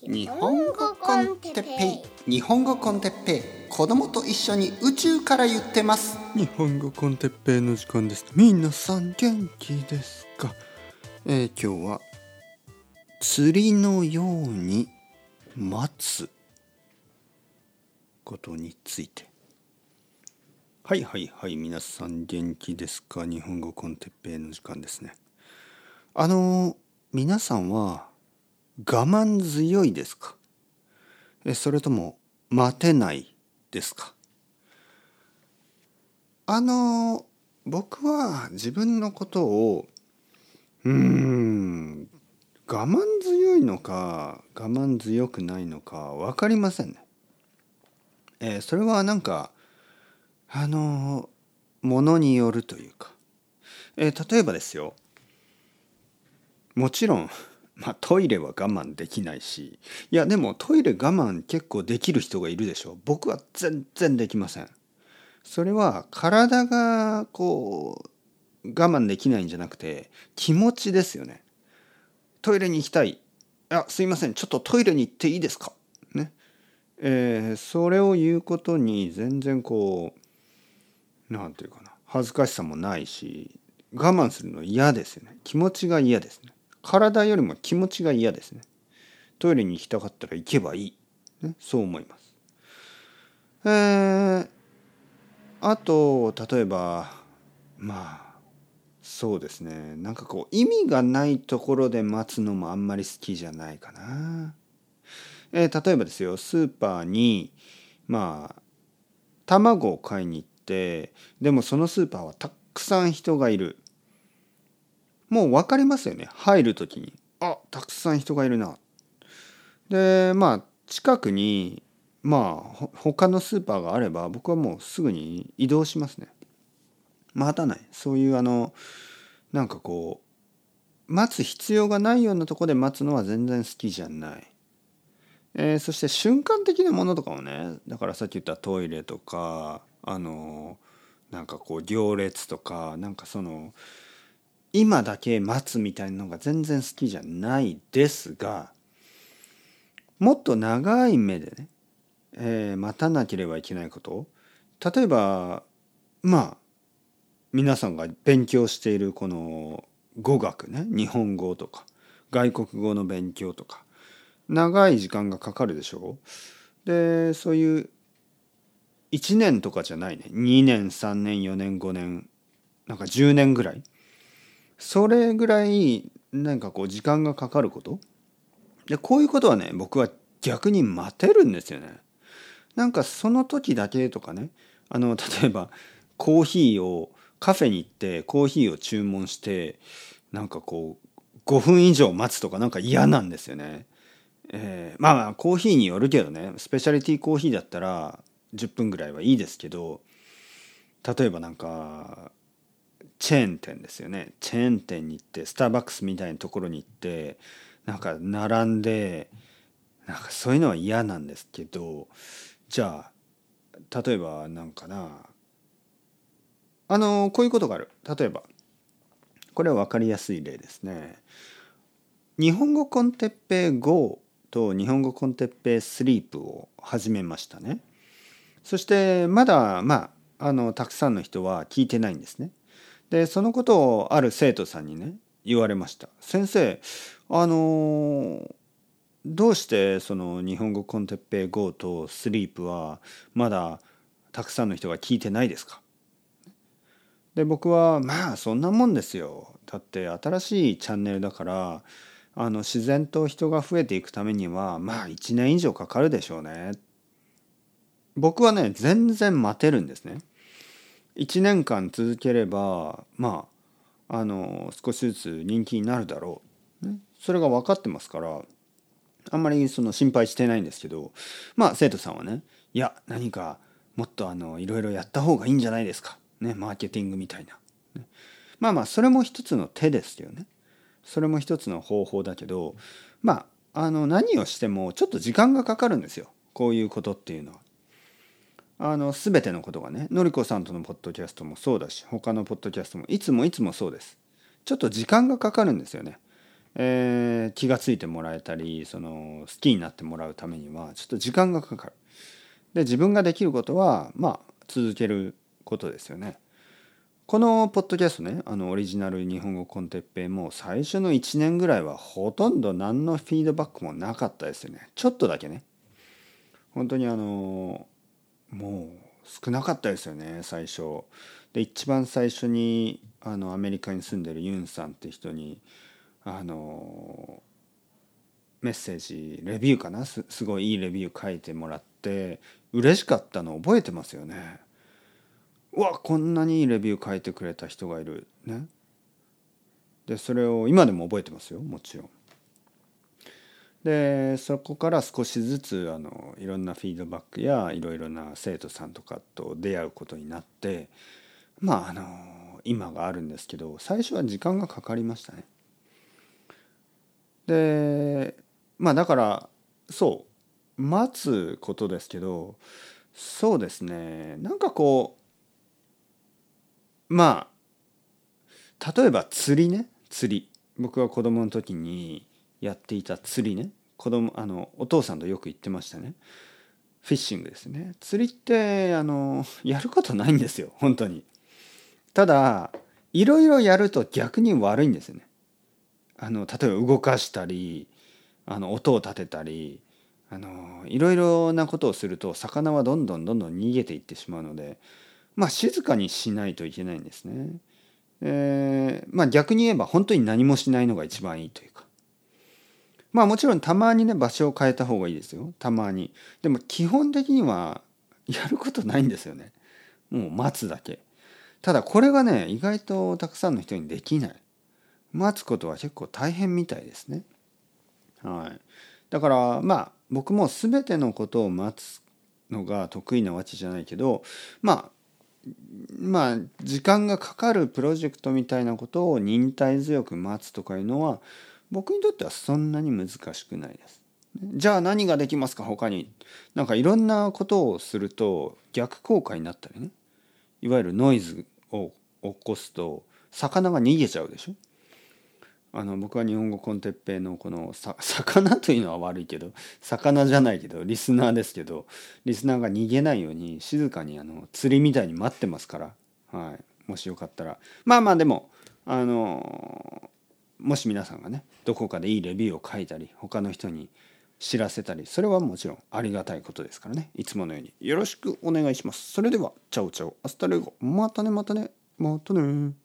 日本語コンテッペイ、日本語コンテッペイ、子供と一緒に宇宙から言ってます。 日本語コンテッペイの時間です。皆さん元気ですか？今日は釣りのように待つことについて。はい皆さん元気ですか？日本語コンテッペイの時間ですね。皆さんは我慢強いですか？それとも待てないですか？僕は自分のことを我慢強いのか我慢強くないのか分かりませんね。それはなんかものによるというか、例えばですよ、もちろんトイレは我慢できないし、いやでもトイレ我慢結構できる人がいるでしょ。僕は全然できません。それは体が我慢できないんじゃなくて気持ちですよね。トイレに行きたい。すいません、ちょっとトイレに行っていいですかね。それを言うことに全然なんていうかな、恥ずかしさもないし、我慢するの嫌ですよね。気持ちが嫌ですね。体よりも気持ちが嫌ですね。トイレに行きたかったら行けばいい、ね、そう思います。あと例えばそうですね、なんか意味がないところで待つのもあんまり好きじゃないかな。例えばですよ、スーパーに卵を買いに行って、でもそのスーパーはたくさん人がいる。もう分かりますよね、入る時に。たくさん人がいるな。で近くに他のスーパーがあれば僕はもうすぐに移動しますね。待たない。そういうなんか待つ必要がないようなところで待つのは全然好きじゃない。そして瞬間的なものとかもね、だからさっき言ったトイレとかなんか行列とか、なんか今だけ待つみたいなのが全然好きじゃないですが、もっと長い目でね、待たなければいけないこと、例えば皆さんが勉強しているこの語学ね、日本語とか外国語の勉強とか、長い時間がかかるでしょう。でそういう1年とかじゃないね、2年3年4年5年、なんか10年ぐらい、それぐらいなんか時間がかかることで、こういうことはね、僕は逆に待てるんですよね。なんかその時だけとかね、例えばコーヒーをカフェに行ってコーヒーを注文して、なんか5分以上待つとかなんか嫌なんですよね。コーヒーによるけどね、スペシャリティコーヒーだったら10分ぐらいはいいですけど、例えばなんかチェーン店ですよね。チェーン店に行って、スターバックスみたいなところに行ってなんか並んで、なんかそういうのは嫌なんですけど、じゃあ例えばなんかな、こういうことがある。例えばこれは分かりやすい例ですね。日本語コンテッペイ GO と日本語コンテッペイスリープを始めましたね。そしてまだたくさんの人は聞いてないんですね。でそのことをある生徒さんにね言われました。先生、どうしてその日本語コンテッペイ GO とスリープはまだたくさんの人が聞いてないですか？で僕はそんなもんですよ。だって新しいチャンネルだから、自然と人が増えていくためには1年以上かかるでしょうね。僕はね全然待てるんですね。1年間続ければ少しずつ人気になるだろう、ね、それが分かってますから、あんまり心配してないんですけど、生徒さんはね、いや何かもっといろいろやった方がいいんじゃないですかね、マーケティングみたいな、ね、それも一つの手ですよね。それも一つの方法だけど、何をしてもちょっと時間がかかるんですよ、こういうことっていうのは。全てのことがね、のりこさんとのポッドキャストもそうだし、他のポッドキャストもいつもそうです。ちょっと時間がかかるんですよね。 気がついてもらえたり好きになってもらうためにはちょっと時間がかかる。で自分ができることは続けることですよね。このポッドキャストね、オリジナル日本語コンテッペイも最初の1年ぐらいはほとんど何のフィードバックもなかったですよね。ちょっとだけね。本当にもう少なかったですよね最初。で一番最初にアメリカに住んでるユンさんって人にメッセージレビューかな、すごいいいレビュー書いてもらって嬉しかったの覚えてますよね。うわこんなにいいレビュー書いてくれた人がいるね。でそれを今でも覚えてますよもちろん。でそこから少しずついろんなフィードバックやいろいろな生徒さんとかと出会うことになって今があるんですけど、最初は時間がかかりましたね。でだから待つことですけど、そうですね、なんか例えば釣りね、釣り、僕が子供の時にやっていた釣りね、お父さんとよく行ってましたね。フィッシングですね。釣りってやることないんですよ本当に。ただいろいろやると逆に悪いんですよね。例えば動かしたり音を立てたりいろいろなことをすると魚はどんどん逃げていってしまうので、静かにしないといけないんですね。逆に言えば本当に何もしないのが一番いいというか、もちろんたまにね場所を変えた方がいいですよ、たまに。でも基本的にはやることないんですよね。もう待つだけ。ただこれがね意外とたくさんの人にできない。待つことは結構大変みたいですね。はい。だから僕も全てのことを待つのが得意なわけじゃないけど、時間がかかるプロジェクトみたいなことを忍耐強く待つとかいうのは僕にとってはそんなに難しくないです。じゃあ何ができますか他に。なんかいろんなことをすると逆効果になったりね。いわゆるノイズを起こすと魚が逃げちゃうでしょ。僕は日本語コンテッペイのこの魚というのは悪いけど、魚じゃないけどリスナーですけど、リスナーが逃げないように静かに釣りみたいに待ってますから、はい、もしよかったらでももし皆さんがねどこかでいいレビューを書いたり他の人に知らせたり、それはもちろんありがたいことですからね、いつものようによろしくお願いします。それではチャオチャオアスタレゴ、またねまたねまたね。